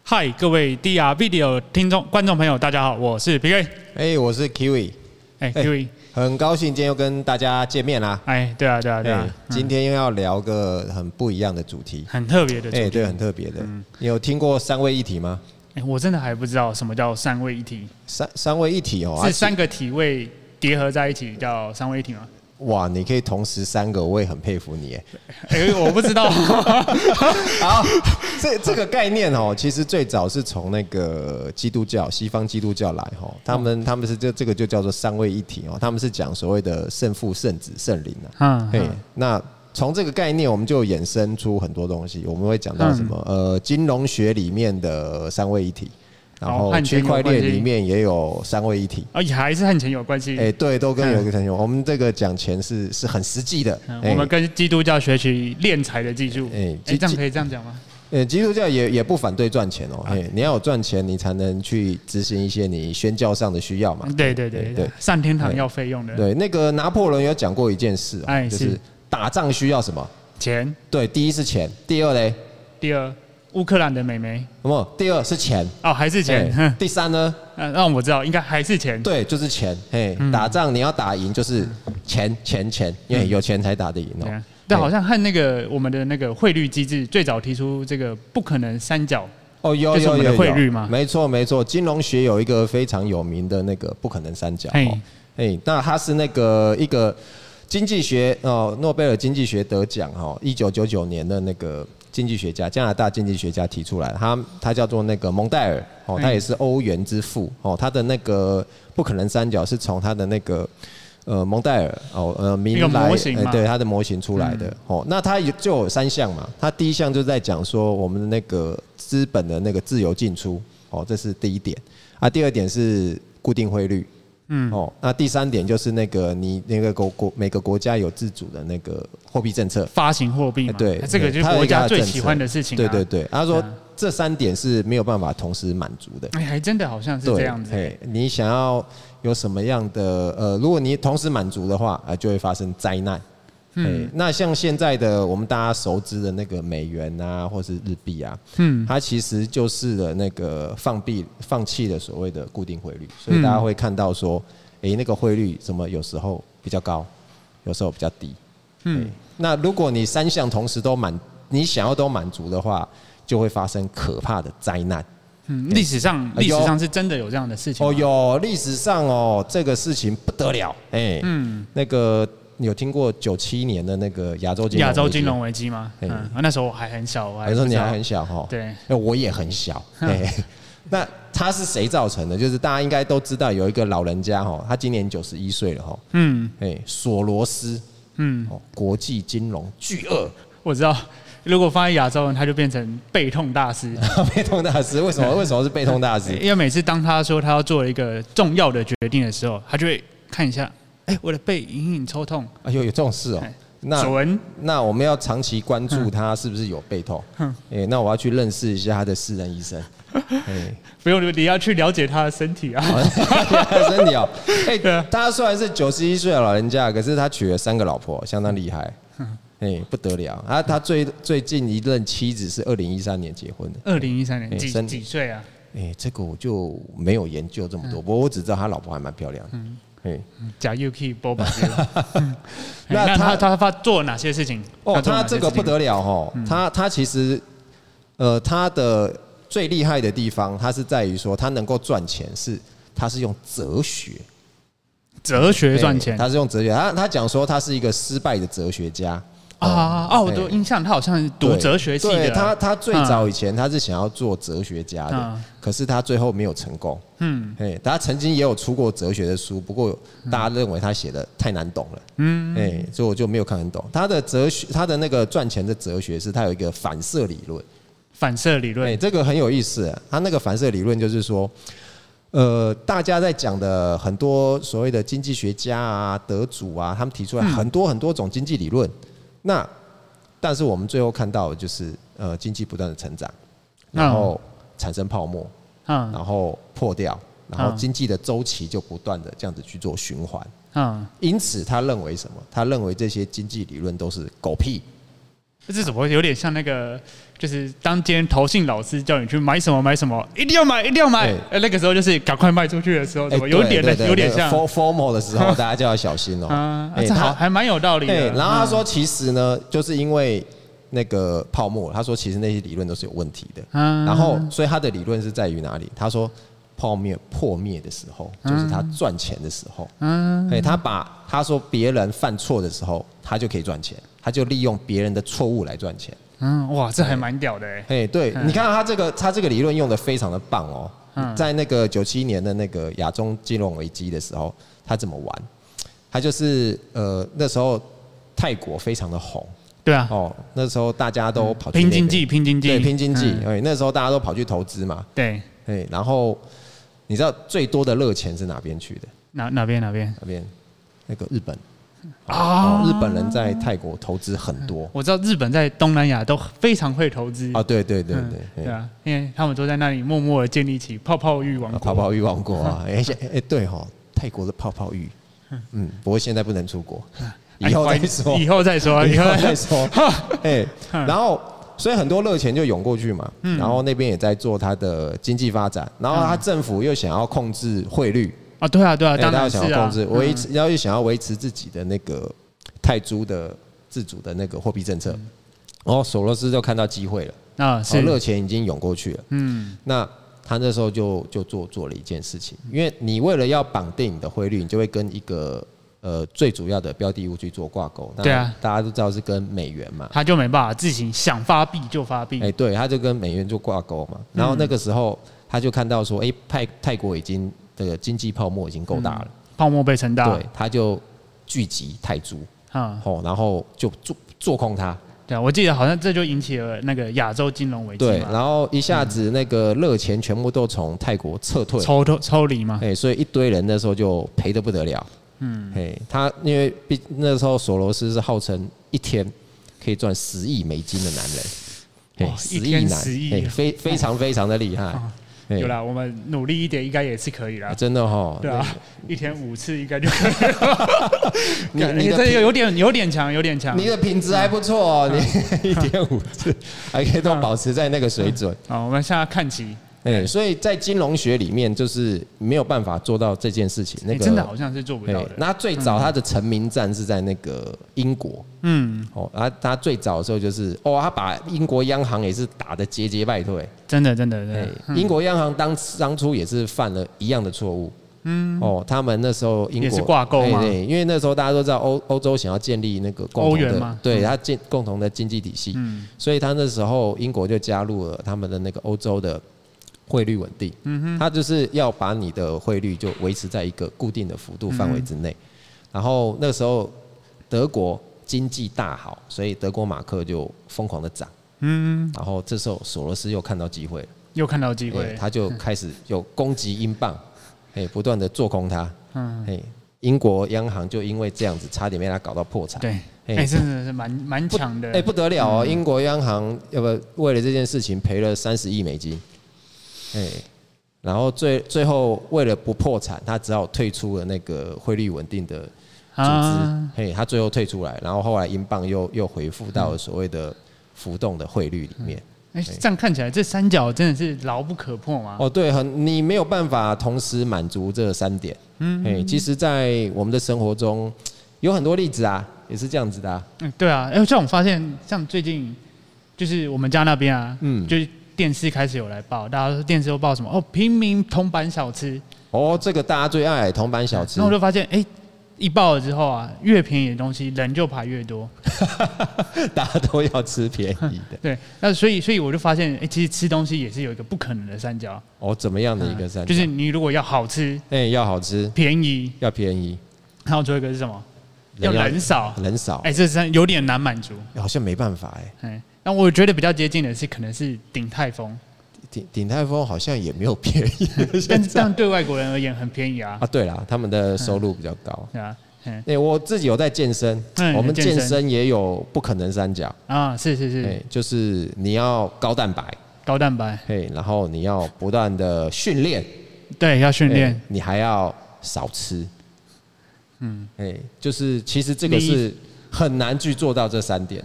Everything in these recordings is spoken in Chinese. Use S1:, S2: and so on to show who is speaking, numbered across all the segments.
S1: 嗨，各位 DR Video 观众朋友，大家好，我是 PK。
S2: 我是 Kiwi。
S1: Kiwi，
S2: 很高兴今天又跟大家见面啦。
S1: 对啊。
S2: 今天又要聊个很不一样的主题，
S1: 很特别的主题。
S2: 对，很特别的。你有听过三位一体吗？
S1: 我真的还不知道什么叫三位一体。
S2: 三位一体哦，
S1: 是三个体位叠合在一起叫三位一体吗？
S2: 哇，你可以同时三个，我也很佩服你
S1: 我不知道。
S2: 好，这个概念哦，其实最早是从那个西方基督教来哈，他们是这个就叫做三位一体哦，他们是讲所谓的圣父、圣子、圣灵那从这个概念，我们就衍生出很多东西，我们会讲到什么金融学里面的三位一体。然后区块链里面也有三位一体，
S1: 也还是和钱有关系。
S2: 对，都跟有一个钱有。我们这个讲钱是很实际的。
S1: 我们跟基督教学取敛财的技术。这样可以这样讲吗？
S2: 基督教也不反对赚钱哦。你要有赚钱，你才能去执行一些你宣教上的需要嘛。
S1: 对，上天堂要费用的。
S2: 对，那个拿破仑有讲过一件事，就是打仗需要什么？
S1: 钱。
S2: 对，第一是钱，第二嘞？
S1: 第二。乌克兰的美眉，
S2: 什么？第二是钱
S1: 还是钱？
S2: 第三呢？
S1: 让我知道，应该还是钱。
S2: 对，就是钱。打仗你要打赢就是钱，因为有钱才打得赢哦。
S1: 但好像和我们的那个汇率机制最早提出这个不可能三角
S2: 有
S1: 汇率嘛？
S2: 没错，金融学有一个非常有名的那个不可能三角。那它是那个一个经济学诺贝尔经济学得奖1999年的那个。经济学家，加拿大经济学家提出来，他叫做那个蒙代尔，他也是欧元之父，他的那个不可能三角是从他的那个蒙代尔明来，对他的模型出来的。那他就有三项嘛，他第一项就在讲说我们的那个资本的那个自由进出，这是第一点第二点是固定汇率。那第三点就是那个你那个每个国家有自主的那个货币政策，
S1: 发行货币嘛，对，这个就是国家最喜欢的事情。
S2: 对，他说这三点是没有办法同时满足的。
S1: 还真的好像是这样子。
S2: 你想要有什么样的如果你同时满足的话，就会发生灾难。那像现在的我们大家熟知的那个美元啊，或是日币啊，它其实就是了那个放弃了所谓的固定汇率，所以大家会看到说，那个汇率什么有时候比较高，有时候比较低。那如果你三项同时你想要都满足的话，就会发生可怕的灾难。
S1: 历史上是真的有这样的事情吗？
S2: 有历史上这个事情不得了。那个。你有听过97年的那个亚洲金融危机
S1: 吗？那时候我还很小，
S2: 那时候你还很小哈。
S1: 对，
S2: 我也很小。那他是谁造成的？就是大家应该都知道，有一个老人家他今年91岁了索罗斯，国际金融巨鳄。
S1: 我知道，如果放在亚洲人，他就变成背痛大师。
S2: 背痛大师为什么是背痛大师？
S1: 因为每次当他说他要做一个重要的决定的时候，他就会看一下。我的背隐隐抽痛。有这种事那我们要长期关注他是不是有背痛。那我要去认识一下他的私人医生。 不用，你要去了解他的身体啊。
S2: 身体他虽然是91岁的老人家，可是他娶了3个老婆，相当厉害。不得了。他最近一任妻子是2013年结婚的。
S1: 2013年几岁啊？
S2: 这个我就没有研究这么多，不过我只知道他老婆还蛮漂亮的。
S1: 假 UK 波吧。那他做了哪些事情？
S2: 他这个不得了他其实他的最厉害的地方，他是在于说他能够赚钱他是用哲学赚钱。他是用哲学，他讲说他是一个失败的哲学家。
S1: 我都印象他好像是读哲学系的。
S2: 对，他最早以前他是想要做哲学家的，可是他最后没有成功。他曾经也有出过哲学的书，不过大家认为他写的太难懂了。所以我就没有看很懂。他的哲学，他的那个赚钱的哲学是他有一个反射理论。这个很有意思。他那个反射理论就是说，大家在讲的很多所谓的经济学家啊、得主啊，他们提出来很多很多种经济理论。但是我们最后看到的就是经济不断的成长，然后产生泡沫，然后破掉，然后经济的周期就不断的这样子去做循环。因此他认为什么？他认为这些经济理论都是狗屁。
S3: 这怎么有点像那个，就是当今天投信老师叫你去买什么买什么，一定要买一定要买，那个时候就是赶快卖出去的时候，有点像
S2: formal 的时候，大家就要小心哦。
S3: 这还蛮有道理的。
S2: 然后他说，其实呢，就是因为那个泡沫，他说其实那些理论都是有问题的。然后，所以他的理论是在于哪里？他说。泡沫破灭的时候，就是他赚钱的时候。他说别人犯错的时候，他就可以赚钱，他就利用别人的错误来赚钱。
S3: 哇，这还蛮屌的哎。
S2: 对，你看他这个理论用的非常的棒哦。在那个97年的那个亚中金融危机的时候，他怎么玩？他就是那时候泰国非常的红。
S3: 对啊。
S2: 那时候大家都跑去
S3: 拼经济。
S2: 对，拼经济。那时候大家都跑去投资嘛。
S3: 对。
S2: 然后。你知道最多的热钱是哪边去的？
S3: 哪边？
S2: 那个日本
S3: 日
S2: 本人在泰国投资很多。
S3: 我知道日本在东南亚都非常会投资
S2: 对
S3: 啊，因为他们都在那里默默的建立起泡泡浴王国。
S2: 泡泡浴王国啊，对泰国的泡泡浴，不过现在不能出国，以后再说。然后。所以很多热钱就涌过去嘛，然后那边也在做它的经济发展，然后他政府又想要控制汇率
S3: 对啊，当然
S2: 是想要控制又想要维持自己的那个泰铢的自主的那个货币政策，然后索罗斯就看到机会了热钱已经涌过去了，那他那时候就做了一件事情，因为你为了要绑定你的汇率，你就会跟一个。最主要的标的物去做挂钩，
S3: 对啊，
S2: 大家都知道是跟美元嘛，
S3: 他就没办法自行想发币就发币，
S2: 对，他就跟美元做挂钩嘛。然后那个时候他就看到说，泰国已经这个经济泡沫已经够大了，
S3: 泡沫被撑大，
S2: 对，他就聚集泰铢，然后就做空它。
S3: 对啊，我记得好像这就引起了那个亚洲金融危机嘛。
S2: 对，然后一下子那个热钱全部都从泰国撤退，
S3: 抽离嘛。
S2: 所以一堆人那时候就赔得不得了。他因为那时候索罗斯是号称一天可以赚10亿美金的男人
S3: ，10亿，
S2: 非常非常的厉害。
S3: 有啦，我们努力一点应该也是可以啦。
S2: 真的
S3: 对啊，一天5次应该就可以了。你这有点强，
S2: 你的品质还不错哦，你一天5次还可以都保持在那个水准。
S3: 好，我们现在看齐。
S2: 所以在金融学里面，就是没有办法做到这件事情。
S3: 真的好像是做不到的。
S2: 那最早他的成名战是在那个英国。他最早的时候就是他把英国央行也是打得节节败退。
S3: 真的。
S2: 英国央行当初也是犯了一样的错误。他们那时候英国
S3: 也是挂钩嘛。
S2: 因为那时候大家都知道欧洲想要建立那个共同的，对，他共同的经济体系。所以他那时候英国就加入了他们的那个欧洲的。汇率稳定，它就是要把你的汇率就维持在一个固定的幅度范围之内。然后那时候德国经济大好，所以德国马克就疯狂的涨。然后这时候索罗斯又看到机会了，他就开始有攻击英镑，不断的做空它。英国央行就因为这样子，差点被他搞到破产。
S3: 对，真的是蛮强的。
S2: 不得了哦！英国央行为了这件事情赔了30亿美金。然后最后为了不破产，他只好退出了那个汇率稳定的组织。他最后退出来，然后后来英镑又恢复到了所谓的浮动的汇率里面。
S3: 这样看起来这三角真的是牢不可破吗？
S2: 对，你没有办法同时满足这3点。其实，在我们的生活中有很多例子啊，也是这样子的啊。
S3: 对啊，像我发现，像最近就是我们家那边啊，就是电视开始有来报，大家电视又报什么平民铜板小吃。这个大家最爱铜板小吃。然后我就发现，一报了之后啊，越便宜的东西人就排越多，
S2: 大家都要吃便宜的。
S3: 对，那所以我就发现，其实吃东西也是有一个不可能的三角。
S2: 怎么样的一个三角？
S3: 就是你如果要好吃，
S2: 要好吃，
S3: 便宜，
S2: 要便宜，
S3: 然后最后一个是什么？要人少，这三有点难满足，
S2: 好像没办法
S3: 那我觉得比较接近的是，可能是鼎泰丰。
S2: 鼎泰丰好像也没有便宜，
S3: 但是这样对外国人而言很便宜啊。
S2: 对啦，他们的收入比较高。我自己有在健身，我们健身也有不可能三角
S3: 啊，是，
S2: 就是你要高蛋白，然后你要不断的训练，
S3: 对，要训练，
S2: 你还要少吃，就是其实这个是很难去做到这3点的。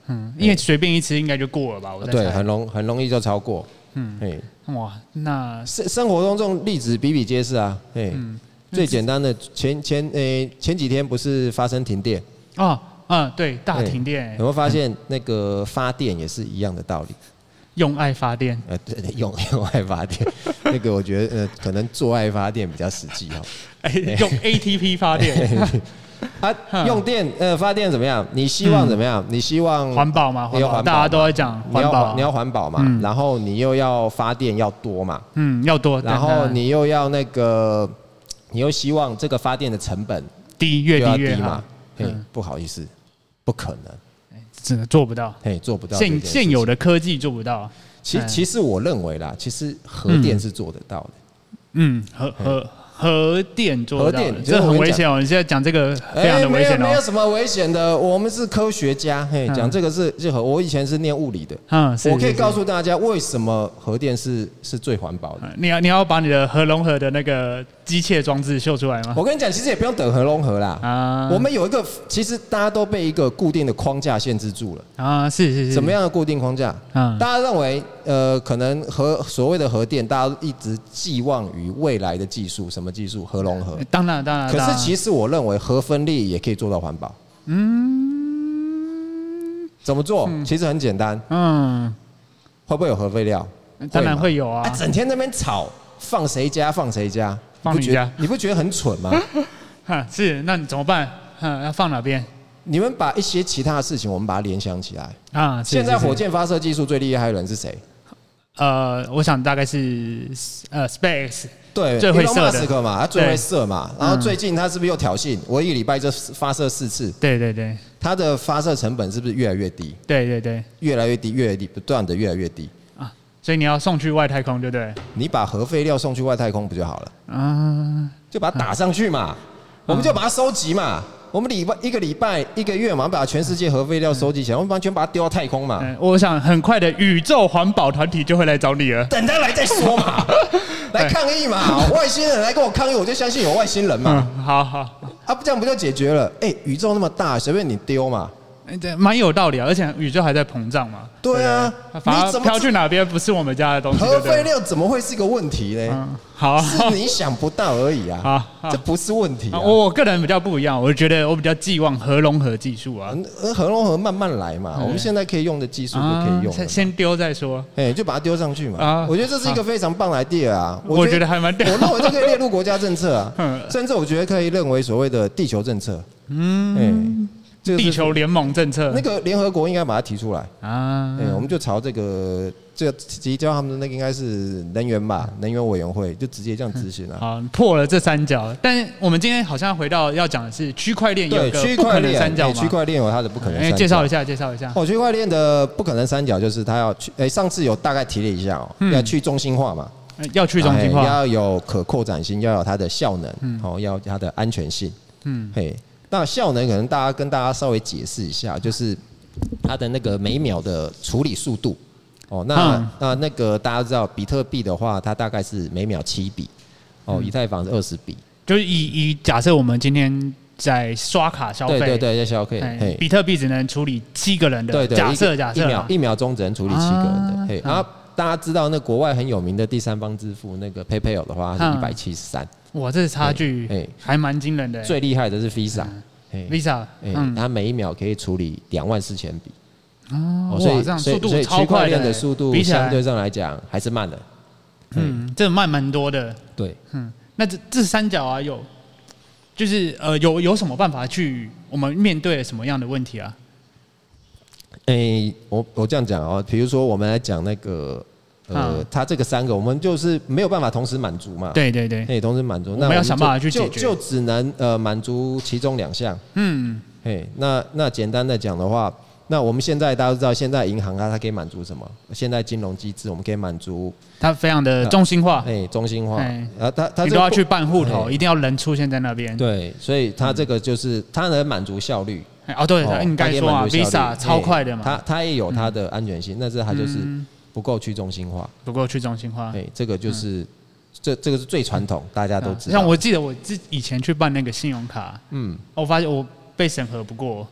S3: 因为随便一吃应该就过了吧？我在猜。
S2: 对，很容易就超过。
S3: 哇，那
S2: 生活中这种例子比比皆是啊。最简单的前几天不是发生停电
S3: 对，大停电。
S2: 有没有发现那个发电也是一样的道理？
S3: 用爱发电。
S2: 对，用爱发电。那个我觉得可能做爱发电比较实际
S3: 用 ATP 发电。
S2: 用电发电怎么样？你希望怎么样？你希望
S3: 环保嘛？环保，大家都在讲环保。
S2: 你要环保嘛？然后你又要发电要多嘛？
S3: 要多。
S2: 然后你又要你又希望这个发电的成本
S3: 低，越低越好。
S2: 不好意思，不可能，
S3: 真的做不到。
S2: 做不到。
S3: 现有的科技做不到。
S2: 其实我认为啦，其实核电是做得到的。
S3: 核电做到，这很危险哦！你现在讲这个非常的危险哦。
S2: 没有什么危险的，我们是科学家，讲这个是我以前是念物理的，我可以告诉大家为什么核电是最环保的。
S3: 你要把你的核融合的那个机械装置秀出来吗？
S2: 我跟你讲，其实也不用等核融合啦。我们有一个，其实大家都被一个固定的框架限制住了
S3: 是
S2: 什么样的固定框架？大家认为可能所谓的核电，大家一直寄望于未来的技术，什么技术？核融合。
S3: 当然。
S2: 可是其实我认为核分裂也可以做到环保。怎么做？其实很简单。会不会有核废料？
S3: 当然会有啊。
S2: 整天那边吵，放谁家？
S3: 放你家？
S2: 你不觉得很蠢吗？
S3: 是，那你怎么办？要放哪边？
S2: 你们把一些其他的事情，我们把它联想起来。现在火箭发射技术最厉害的人是谁？
S3: 我想大概是SpaceX。
S2: 对，
S3: 最会射
S2: 的嘛，他最会射嘛。然后最近他是不是又挑衅？我一个礼拜就发射4次。
S3: 对。
S2: 他的发射成本是不是越来越低？
S3: 对。
S2: 越来越低，不断的越来越低。
S3: 所以你要送去外太空，对不对？
S2: 你把核废料送去外太空不就好了？就把它打上去嘛，我们就把它收集嘛。我们一个礼拜、1个月嘛，把全世界核废料收集起来，我们完全把它丢到太空嘛。
S3: 我想很快的宇宙环保团体就会来找你了。
S2: 等他来再说嘛，来抗议嘛，外星人来跟我抗议，我就相信有外星人嘛。
S3: 好，
S2: 这样不就解决了？宇宙那么大，随便你丢嘛。
S3: 蛮有道理啊，而且宇宙还在膨胀嘛。
S2: 对啊，
S3: 反而飘去哪边不是我们家的东西。
S2: 核废料怎么会是个问题呢？
S3: 好，
S2: 是你想不到而已啊。这不是问题。
S3: 我个人比较不一样，我觉得我比较寄望核融合技术啊。
S2: 核融合慢慢来嘛，我们现在可以用的技术就可以用。
S3: 先丢再说。
S2: 就把它丢上去嘛。我觉得这是一个非常棒的 idea 啊。
S3: 我觉得还蛮屌。
S2: 我认为这可以列入国家政策啊，甚至我觉得可以认为所谓的地球政策。
S3: 地球联盟政策，
S2: 那个联合国应该把它提出来我们就朝这个提交他们的那个应该是能源吧，能源委员会就直接这样执行了。
S3: 好，破了这3角。但我们今天好像回到要讲的是区块链有个不可能3角嘛？
S2: 区块链有它的不可能3角。
S3: 介绍一下。
S2: 区块链的不可能3角就是它要去，上次有大概提了一下要去中心化嘛。
S3: 要去中心化，
S2: 要有可扩展性，要有它的效能，要有它的安全性。那效能可能跟大家稍微解释一下，就是它的那个每秒的处理速度。那个大家知道，比特币的话，它大概是每秒7笔，以太坊是20笔。
S3: 就是以假设我们今天在刷卡消费，
S2: 对，在消费，
S3: 比特币只能处理7个人的。对，假设
S2: 1秒钟只能处理7个人的。然后大家知道，那国外很有名的第三方支付那个 PayPal 的话，它是173。
S3: 哇，这差距还蛮惊人的。
S2: 最厉害的是
S3: Visa，
S2: 它每1秒可以处理24000笔。
S3: 所以这样速度超快的。区块链
S2: 的速度相对上来讲还是慢的。
S3: 这慢蛮多的。
S2: 对，
S3: 那这3角就是有什么办法去我们面对什么样的问题啊？
S2: 我这样讲比如说我们来讲那个。它这个3个，我们就是没有办法同时满足嘛。
S3: 对，
S2: 同时满足，
S3: 那我们要想办法去解决，
S2: 就只能满足其中2项。那简单的讲的话，那我们现在大家都知道，现在银行它可以满足什么？现在金融机制我们可以满足
S3: 它非常的中心化。
S2: 中心化。
S3: 它你都要去办户头，一定要人出现在那边。
S2: 对，所以它这个就是它能满足效率。
S3: 对，应该说Visa 超快的嘛。
S2: 它也有它的安全性，但是它就是不够去中心化。这个就是这个是最传统，大家都知道。
S3: 像我记得我以前去办那个信用卡，我发现我被审核不过。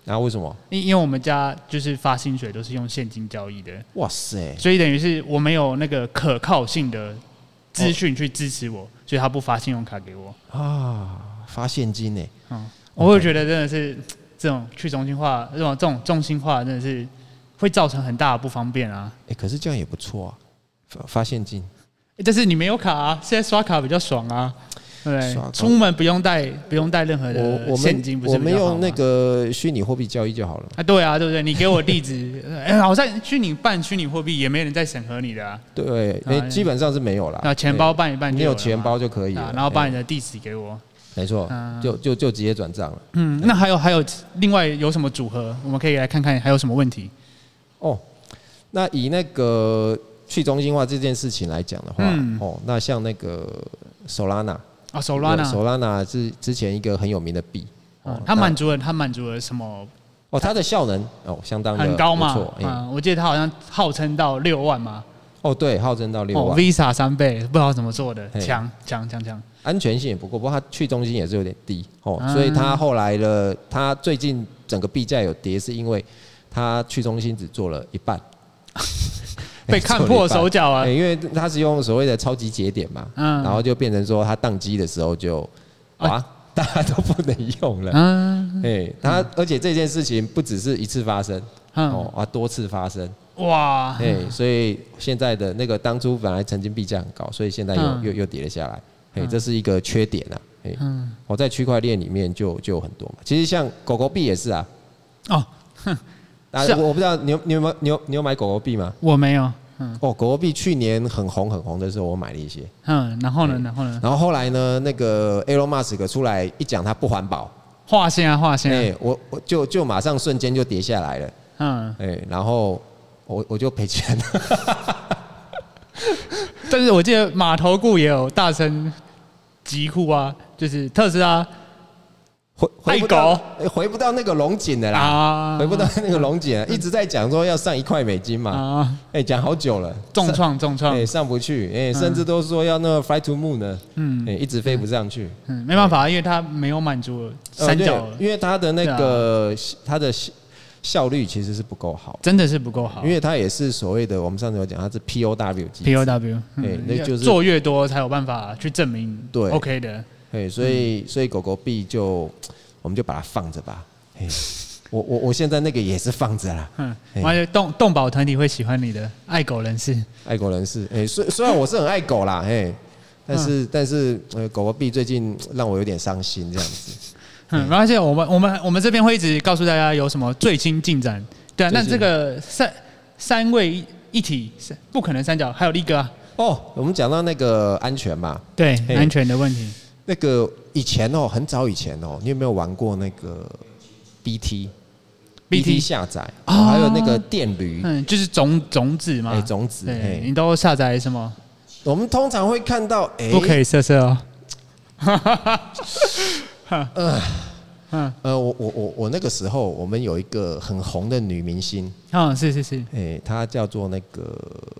S2: 啊，为什么？
S3: 因为我们家就是发薪水都是用现金交易的。
S2: 哇塞！
S3: 所以等于是我没有那个可靠性的资讯去支持我，所以他不发信用卡给我
S2: 啊，发现金呢？
S3: 我会觉得真的是这种去中心化，这种中心化真的是会造成很大的不方便啊。
S2: 可是这样也不错啊，发现金。
S3: 但是你没有卡啊，现在刷卡比较爽啊。对，出门不用带任何的现金，不是比较好吗？我们用
S2: 那个虚拟货币交易就好了。
S3: 啊，对啊，对不对？你给我地址，好像虚拟货币也没人在审核你的啊。
S2: 对，基本上是没有啦。
S3: 那钱包办一办，
S2: 你有钱包就可以了，
S3: 然后把你的地址给我。
S2: 没错，就直接转账了。
S3: 那还有另外有什么组合？我们可以来看看还有什么问题。
S2: 那以那个去中心化这件事情来讲的话，那像那个 Solana。Solana 是之前一个很有名的币，
S3: 它满足了什么？
S2: 它的效能相当的
S3: 很高嘛，
S2: 不错。
S3: 我记得它好像号称到6万嘛。
S2: 对，号称到6万。
S3: Visa 3倍，不知道怎么做的，强。
S2: 安全性也不过它去中心也是有点低所以它后来它最近整个币价有跌，是因为它去中心只做了一半。
S3: 被看破手脚啊！
S2: 因为它是用所谓的超级节点嘛，然后就变成说它宕机的时候就大家都不能用了。它而且这件事情不只是一次发生，多次发生。哇！所以现在的那个当初本来曾经币价很高，所以现在又跌了下来。这是一个缺点啊。我在区块链里面就有很多嘛。其实像狗狗币也是啊。我不知道你有买狗狗币吗？
S3: 我没有。
S2: 狗狗币去年很红的时候，我买了一些。
S3: 然后呢？
S2: 然后后来呢？那个 Elon Musk 出来一讲，它不环保，
S3: 划线。
S2: 我就马上瞬间就跌下来了。然后我就赔钱了。
S3: 但是我记得码头顾也有大声疾呼啊，就是特斯拉。
S2: 回不到那个龙井的啦，回不到那个龙井，一直在讲说要上1块美金嘛，讲好久了，
S3: 重创，
S2: 上不去，甚至都说要那个 fly to moon 呢，一直飞不上去，
S3: 没办法，因为它没有满足三角，
S2: 因为它的那个它的效率其实是不够好，
S3: 真的是不够好，
S2: 因为它也是所谓的我们上次有讲，它是 POW 机制
S3: ，POW，
S2: 那就是
S3: 做越多才有办法去证明对 OK 的。
S2: 所以狗狗币我们就把它放着吧。我现在那个也是放着啦。
S3: 而且动保团体会喜欢你的爱狗人士。
S2: 虽然我是很爱狗啦，但是狗狗币最近让我有点伤心这样子。
S3: 没关系，我们这边会一直告诉大家有什么最新进展。对啊，那这个三位一体不可能三角，还有力哥啊。
S2: 我们讲到那个安全嘛，
S3: 对，安全的问题。
S2: 那个以前很早以前你有没有玩过那个 BT 下载？还有那个电驴，
S3: 就是种子嘛，
S2: 种子。
S3: 你都下载什么？
S2: 我们通常会看到，
S3: 不可以色哦。
S2: 我那个时候我们有一个很红的女明星，
S3: 是，
S2: 她叫做那个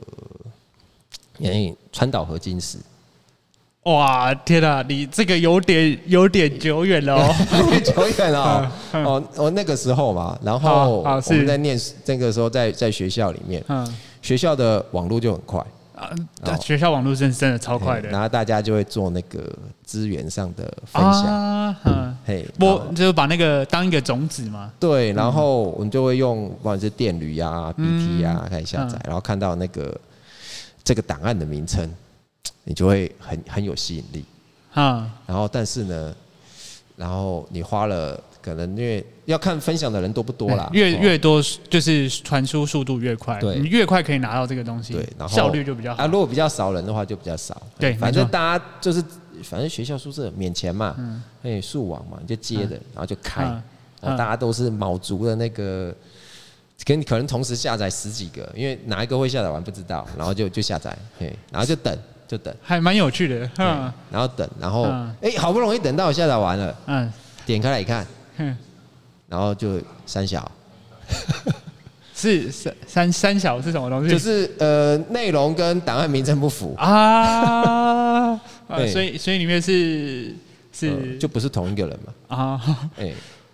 S2: 川岛和金时。
S3: 哇，天啊，你这个有点久远了
S2: 久远了我那个时候嘛，然后我们在念这个时候在学校里面，学校的网络就很快
S3: 学校网络真的超快的，
S2: 然后大家就会做那个资源上的分享，
S3: 就是把那个当一个种子嘛，
S2: 对，然后我们就会用不管是电驴啊、BT 啊开始下载，然后看到那个这个档案的名称。你就会很有吸引力，然后但是呢，然后你花了可能因为要看分享的人多不多啦，
S3: 越多就是传输速度越快，
S2: 对，
S3: 你越快可以拿到这个东西，
S2: 对，然后
S3: 效率就比较好。
S2: 如果比较少人的话就比较少，
S3: 对，
S2: 反正大家就是反正学校宿舍免钱嘛，速网嘛，你就接的，然后就开，然后大家都是卯足的那个。可能同时下载10几个，因为哪一个会下载完不知道，然后就下载，然后就等，
S3: 还蛮有趣的，
S2: 然后等，然后好不容易等到我下载完了，点开来一看，然后就三小，
S3: 是三小是什么东西？
S2: 就是内容跟档案名称不符
S3: 啊，所以里面是
S2: 就不是同一个人嘛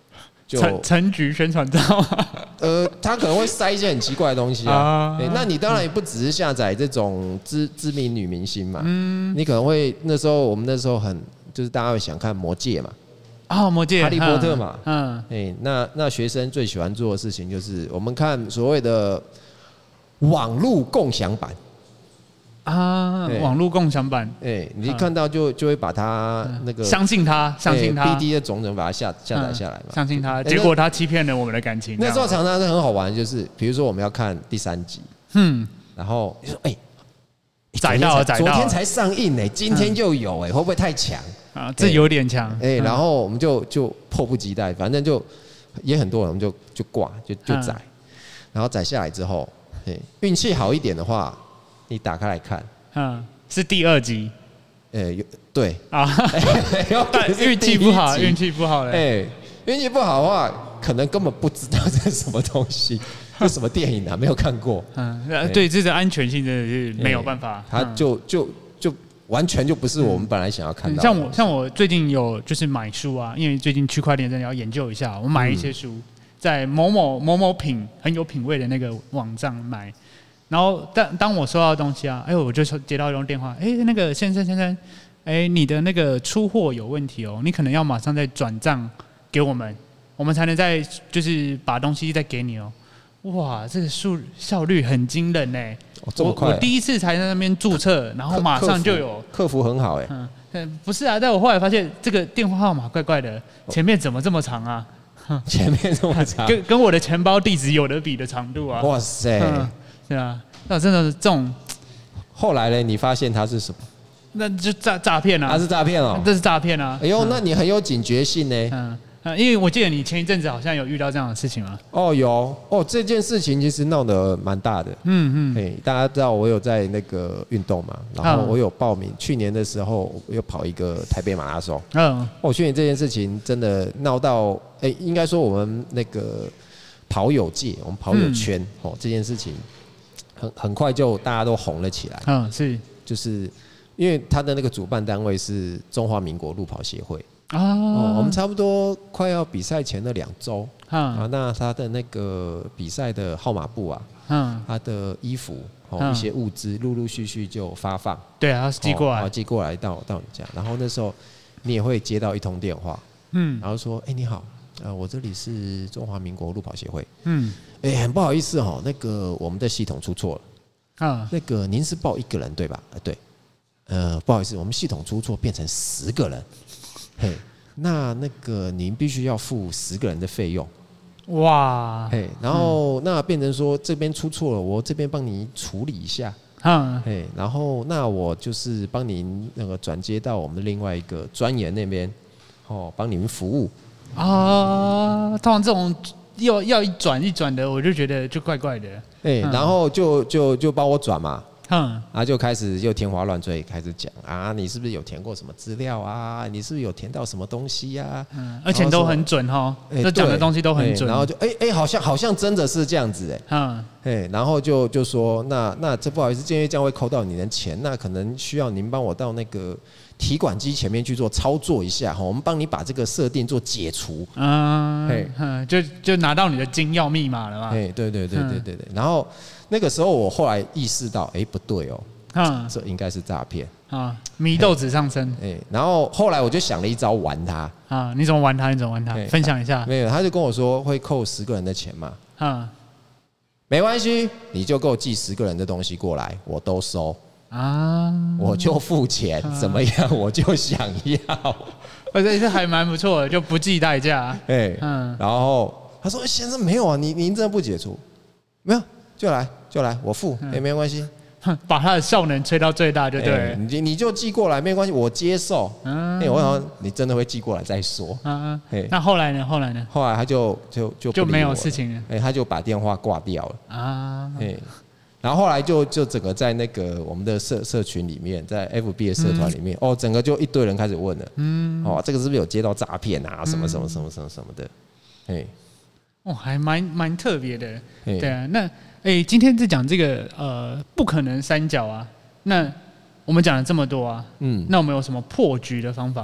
S2: 就
S3: 陈局宣传照
S2: 他可能会塞一些很奇怪的东西啊。那你当然也不只是下载这种知名女明星嘛，你可能会我们那时候就是大家会想看魔戒嘛，
S3: 魔戒、
S2: 哈利波特嘛，那学生最喜欢做的事情就是我们看所谓的网络共享版。
S3: 网络共享版，
S2: 你一看到就会把它那个
S3: 相信他
S2: BD 的种种把它下载下来嘛，
S3: 相信他，结果他欺骗了我们的感情。
S2: 那时候常常是很好玩，就是比如说我们要看第3集，然后就说
S3: 载到
S2: 昨天才上映今天就有会不会太强
S3: 啊？这有点强
S2: 然后我们就迫不及待，反正就也很多人，我们就挂就载，然后载下来之后，运气好一点的话。你打开来看，
S3: 是第2集，
S2: 对
S3: 运气不好，运气不好
S2: 嘞，运气不好的话，可能根本不知道这是什么东西，这什么电影啊，没有看过，
S3: 对，这个安全性真的是没有办法，
S2: 它就完全就不是我们本来想要看到的。
S3: 像我最近有就是买书啊，因为最近区块链真的要研究一下，我买一些书，在某某很有品味的那个网站买。然后当我收到的东西啊，我就接到一通电话，那个先生，你的那个出货有问题哦，你可能要马上再转账给我们才能再就是把东西再给你哦。哇，这个效率很惊人呢！
S2: 这么快，
S3: 我第一次才在那边注册，然后马上就有
S2: 客服很好
S3: 不是啊，但我后来发现这个电话号码怪怪的，前面怎么这么长啊？
S2: 前面这么长，
S3: 跟我的钱包地址有得比的长度啊！
S2: 哇塞！
S3: 对啊，那真的是这种。
S2: 后来呢？你发现它是什么？
S3: 那就诈骗啊！
S2: 它是诈骗哦，
S3: 这是诈骗啊！
S2: 哎呦，那你很有警觉性呢。
S3: 因为我记得你前一阵子好像有遇到这样的事情吗？
S2: 有这件事情其实闹得蛮大的。大家知道我有在那个运动嘛，然后我有报名，去年的时候我有跑一个台北马拉松。去年这件事情真的闹到，应该说我们那个跑友界，我们跑友圈，这件事情。很快就大家都红了起来。
S3: 是，
S2: 就是因为他的那个主办单位是中华民国路跑协会我们差不多快要比赛前的2周那他的那个比赛的号码布啊，他的衣服一些物资陆陆续续就发放。
S3: 对啊，寄
S2: 过来到你家，然后那时候你也会接到一通电话，然后说，你好。我这里是中华民国路跑协会。很不好意思那个我们的系统出错了。那个您是报1个人对吧？对。不好意思，我们系统出错，变成10个人。那个您必须要付10个人的费用。
S3: 哇。
S2: 然后那变成说这边出错了，我这边帮你处理一下。然后那我就是帮您那个转接到我们另外一个专员那边，帮你们服务。
S3: 通常这种要一转的，我就觉得就怪怪的。
S2: 然后就帮我转嘛，然后就开始又天花乱坠，开始讲啊，你是不是有填过什么资料啊？你是不是有填到什么东西啊？
S3: 而且都很准这讲的东西都很准。
S2: 然后就好像真的是这样子然后就说那这不好意思，因为这样会扣到你的钱，那可能需要您帮我到那个提款机前面去做操作一下，我们帮你把这个设定做解除。
S3: 就拿到你的金钥密码了嘛。
S2: 对。然后那个时候我后来意识到，不对这应该是诈骗
S3: 迷豆子上身。
S2: 然后后来我就想了一招玩他。
S3: 你怎么玩他？分享一下。
S2: 没有，他就跟我说会扣10个人的钱嘛。没关系，你就给我寄10个人的东西过来，我都收。我就付钱，怎么样？我就想要，
S3: 这还蛮不错的，就不计代价。
S2: 然后他说：“先生没有啊，您真的不解除？没有，就来，我付，没关系。”
S3: 把它的效能吹到最大就对了。
S2: 你就寄过来没关系，我接受。我想你真的会寄过来再说。
S3: 那后来呢？后
S2: 来他就
S3: 没有事情了。
S2: 他就把电话挂掉了。然后后来就整个在那个我们的社群里面，在 FB 的社团里面，整个就一堆人开始问了。这个是不是有接到诈骗啊？什么的。
S3: 还蛮特别的。对啊，那今天在讲这个不可能三角啊，那我们讲了这么多啊，那我们有什么破局的方法？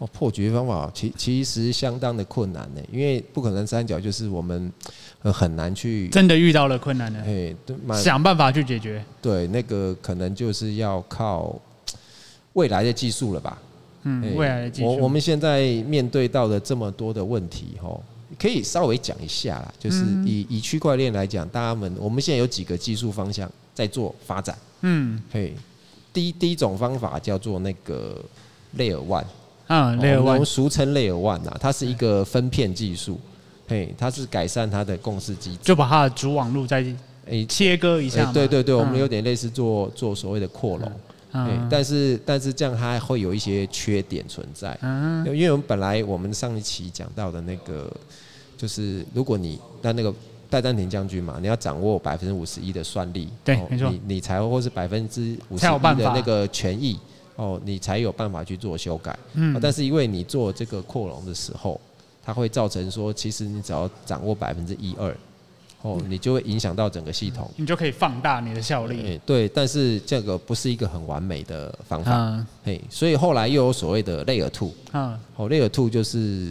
S2: 破局方法其实相当的困难呢，因为不可能三角就是我们很难去
S3: 真的遇到了困难的，想办法去解决。
S2: 对，那个可能就是要靠未来的技术了吧。
S3: 未来的技术。
S2: 我们现在面对到的这么多的问题，可以稍微讲一下啦。就是以区块链来讲，我们现在有几个技术方向在做发展。第一种方法叫做那个 Layer 1。
S3: Layer 1，
S2: 我们俗称 Layer 1啊，它是一个分片技术，它是改善它的共识机制，
S3: 就把它的主网路再切割一下。
S2: 对，我们有点类似做所谓的扩容，但是这样它会有一些缺点存在，因为我们上一期讲到的那个，就是如果你那个戴占庭将军嘛，你要掌握51%的算力，
S3: 对，没错，
S2: 你才或是51%的那个权益。你才有办法去做修改。但是因为你做这个扩容的时候，它会造成说，其实你只要掌握1%-2%，你就会影响到整个系统，
S3: 你就可以放大你的效率。
S2: 对，但是这个不是一个很完美的方法。所以后来又有所谓的 Layer 2。Layer 2就是，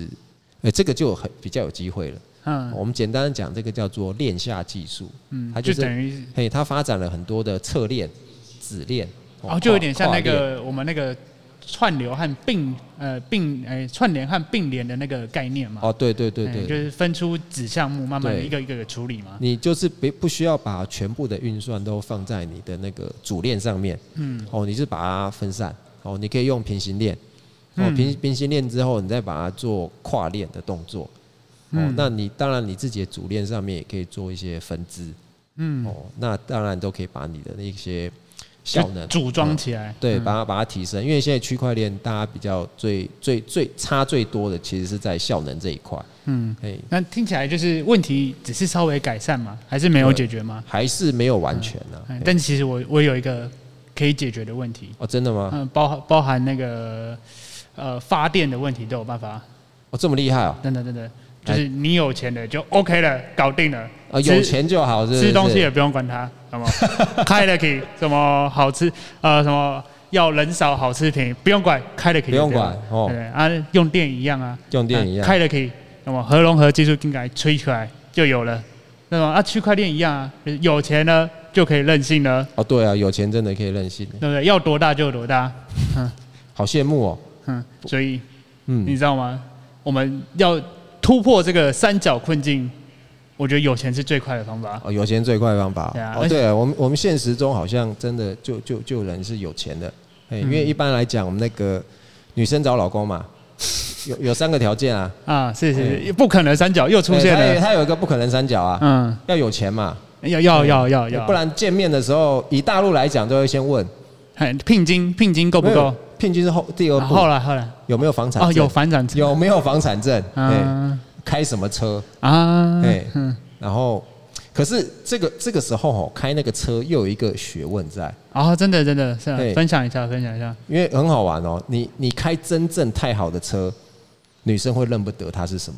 S2: 这个就比较有机会了。我们简单讲，这个叫做链下技术。它就等于，它发展了很多的侧链、子链。
S3: 就有点像那个我们那个串流和串联和并联的那个概念嘛。
S2: 对，
S3: 就是分出子项目，慢慢一个一个处理嘛。
S2: 你就是不需要把全部的运算都放在你的那个主链上面。你是把它分散。你可以用平行链。平行链之后，你再把它做跨链的动作。那你当然你自己的主链上面也可以做一些分支。那当然都可以把你的那些效能
S3: 组装起来，
S2: 对，把它提升。因为现在区块链大家比较最差最多的，其实是在效能这一块。
S3: 那听起来就是问题只是稍微改善嘛，还是没有解决吗？
S2: 还是没有完全啊。
S3: 但其实我有一个可以解决的问题。
S2: 真的吗？
S3: 包含那个发电的问题都有办法。
S2: 这么厉害哦！
S3: 真的，就是你有钱了就 OK 了，搞定了。
S2: 有钱就好，
S3: 吃东西也不用管它，好吗？开了可以什么好吃什么要人少好吃便宜，不用管，开了可以
S2: 不用管
S3: 用电一样啊，
S2: 用电一样，
S3: 开了可以什么核融合技术进来吹出来就有了，那么区块链一样啊，有钱呢就可以任性了。
S2: 对啊，有钱真的可以任性，
S3: 对不对？要多大就有多大，
S2: 好羡慕哦。
S3: 所以你知道吗？我们要突破这个三角困境，我觉得有钱是最快的方法。
S2: 有钱最快的方法。对啊，我们现实中好像真的就有人是有钱的。因为一般来讲，我们那个女生找老公嘛，有3个条件啊。
S3: 是，不可能三角又出现了。
S2: 他有一个不可能三角啊。要有钱嘛。
S3: 要，
S2: 不然见面的时候，以大陆来讲，都会先问，
S3: 聘金够不够？
S2: 聘金是第2步。
S3: 后来
S2: 有没有房产证？
S3: 有房产证。
S2: 有没有房产证？开什么车？然后，可是这个时候开那个车又有一个学问在。
S3: 真的是分享一下。
S2: 因为很好玩哦，你开真正太好的车，女生会认不得它是什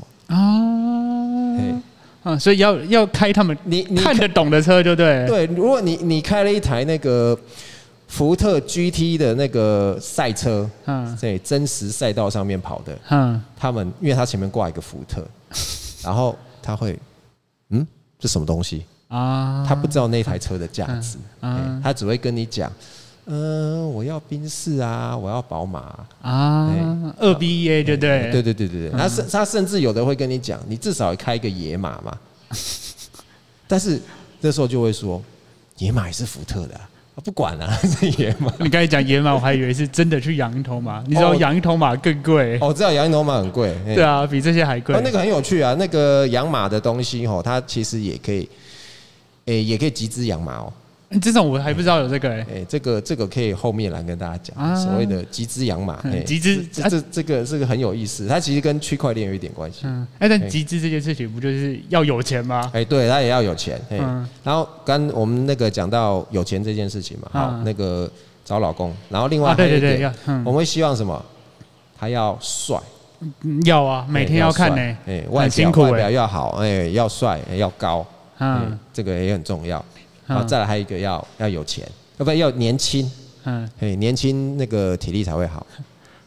S2: 么。
S3: 所以要开他们你看得懂的车就对。
S2: 对，如果你开了一台那个福特 GT 的那个赛车，在真实赛道上面跑的，他们因为他前面挂一个福特，然后他会，这什么东西啊？他不知道那台车的价值，他只会跟你讲，我要宾士啊，我要宝马啊
S3: ，2BA 就对。
S2: 对，他甚至有的会跟你讲，你至少要开一个野马嘛。但是这时候就会说，野马也是福特的。不管了，是野马。你
S3: 刚才讲野马，我还以为是真的去养一头马。你知道养一头马更贵？
S2: 我知道养一头马很贵。
S3: 对啊，比这些还贵。
S2: 那个很有趣啊，那个养马的东西它其实也可以集资养马哦。
S3: 这种我还不知道有这个
S2: 这个可以后面来跟大家讲，所谓的集资养马。
S3: 集资
S2: 这个很有意思，它其实跟区块链有一点关系。
S3: 但集资这件事情不就是要有钱吗？
S2: 对，他也要有钱。然后刚我们那个讲到有钱这件事情嘛，好，那个找老公，然后另外还有一点，我们会希望什么？他要帅。
S3: 要啊，每天要看呢。
S2: 外表要好，要帅，要高。这个也很重要。再来还有一个要有钱，要年轻，年轻那个体力才会好。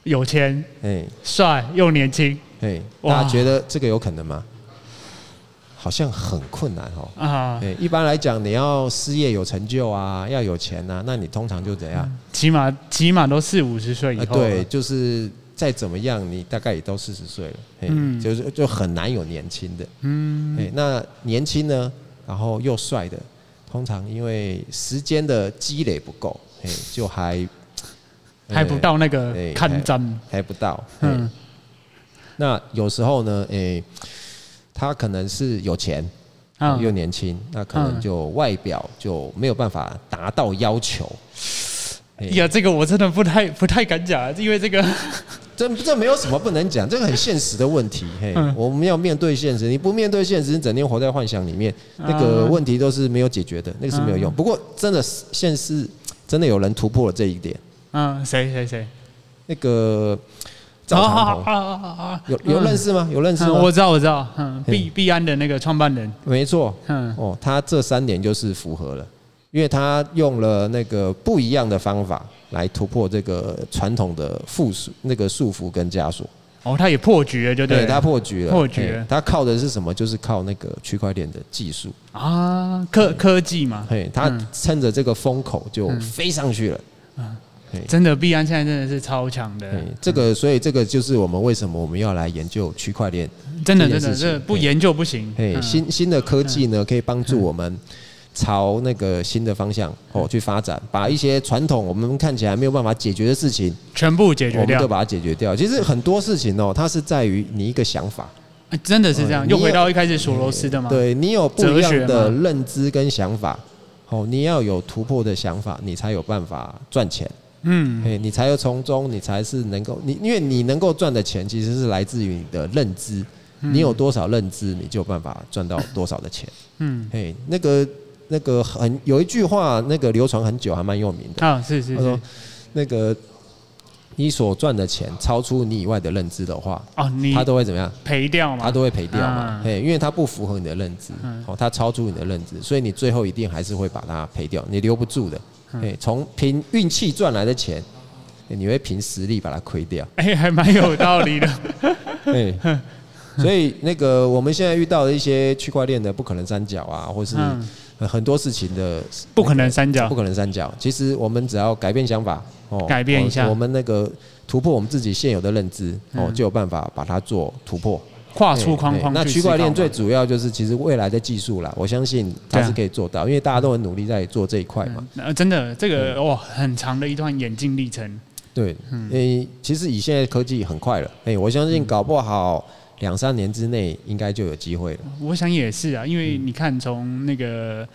S3: 有钱，帅又年轻，
S2: 大家觉得这个有可能吗？好像很困难哦。一般来讲，你要事业有成就啊，要有钱啊，那你通常就怎样？
S3: 起码都40-50岁以后。
S2: 对，就是再怎么样，你大概也都40岁了。就很难有年轻的。那年轻呢，然后又帅的，通常因为时间的积累不够，就还
S3: 不到那个看瞻，
S2: 还不到。那有时候呢，他可能是有钱，又年轻，那可能就外表就没有办法达到要求。
S3: 呀，这个我真的不太敢讲，因为这个
S2: 这没有什么不能讲，这个很现实的问题。我们要面对现实，你不面对现实，你整天活在幻想里面，那个问题都是没有解决的，那个是没有用。不过真的现实真的有人突破了这一点。
S3: 谁？
S2: 那个赵长鹏，有认识吗？有认识吗？
S3: 我知道，币安的那个创办人，
S2: 没错。他这3年就是符合了，因为他用了那个不一样的方法来突破这个传统的束缚跟枷锁。
S3: 他也破局了，对，
S2: 他破局了。他靠的是什么？就是靠那个区块链的技术
S3: 啊，科技嘛。
S2: 他趁着这个风口就飞上去了。
S3: 真的，币安现在真的是超强的。
S2: 所以这个就是我们为什么我们要来研究区块链。
S3: 真的，这不研究不行。
S2: 新的科技呢，可以帮助我们朝那个新的方向去发展，把一些传统我们看起来没有办法解决的事情
S3: 全部解决掉，
S2: 我们都把它解决掉。其实很多事情它是在于你一个想法。
S3: 真的是这样，又回到一开始索罗斯的嘛。
S2: 对，你有不一样的认知跟想法，你要有突破的想法，你才有办法赚钱。你才有从中，你才是能够因为你能够赚的钱，其实是来自于你的认知。你有多少认知，你就有办法赚到多少的钱。那个有一句话，那个流传很久，还蛮有名的。
S3: 是。
S2: 他说，那个你所赚的钱超出你以外的认知的话，他都会怎么样？
S3: 赔掉嘛。他
S2: 都会赔掉嘛。因为他不符合你的认知，他超出你的认知，所以你最后一定还是会把它赔掉，你留不住的。从凭运气赚来的钱，你会凭实力把它亏掉。
S3: 还蛮有道理的。
S2: 所以那个我们现在遇到的一些区块链的不可能三角啊，或是很多事情的
S3: 不可能三
S2: 角，其实我们只要改变想法，
S3: 改变一下，
S2: 我们那个突破我们自己现有的认知，就有办法把它做突破。
S3: 跨出框框。
S2: 那区块链最主要就是其实未来的技术啦，我相信它是可以做到，因为大家都很努力在做这一块嘛。
S3: 真的，这个很长的一段演进历程。
S2: 对，其实以现在科技很快了，我相信搞不好2-3年之内应该就有机会了。
S3: 我想也是啊，因为你看从那个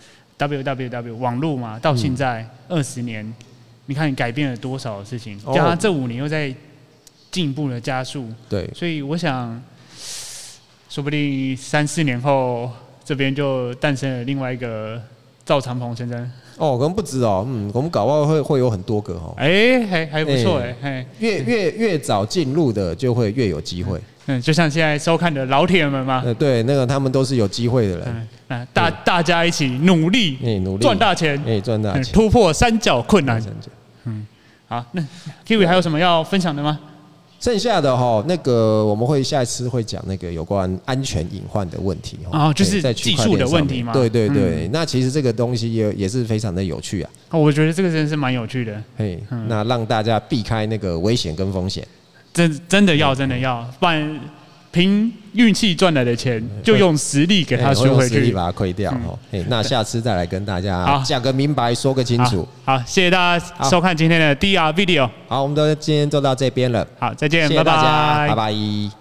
S3: www 网络嘛，到现在20年，你看你改变了多少事情，加上这5年又在进一步的加速。
S2: 对，
S3: 所以我想。说不定3-4年后，这边就诞生了另外一个赵长鹏先生。
S2: 可能不止我们搞不好会有很多个
S3: 还不错
S2: 越早进入的就会越有机会。
S3: 就像现在收看的老铁们嘛。
S2: 对，那个他们都是有机会的人。
S3: 大家一起努力赚大钱，
S2: 赚大钱，
S3: 突破3角困难。好，那 Kiwi 还有什么要分享的吗？
S2: 剩下的那个我们会下一次会讲那个有关安全隐患的问题
S3: 就是技术的问题吗？
S2: 对，那其实这个东西也是非常的有趣啊。
S3: 我觉得这个真的是蛮有趣的。
S2: 那让大家避开那个危险跟风险，
S3: 真的要，不然凭运气赚来的钱就用实力给他收回去，
S2: 用实力把它亏掉。那下次再来跟大家讲个明白，说个清楚。
S3: 好，谢谢大家收看今天的 DR Video。
S2: 好，我们今天就到这边了。
S3: 好，再见，
S2: 谢谢大家，拜拜。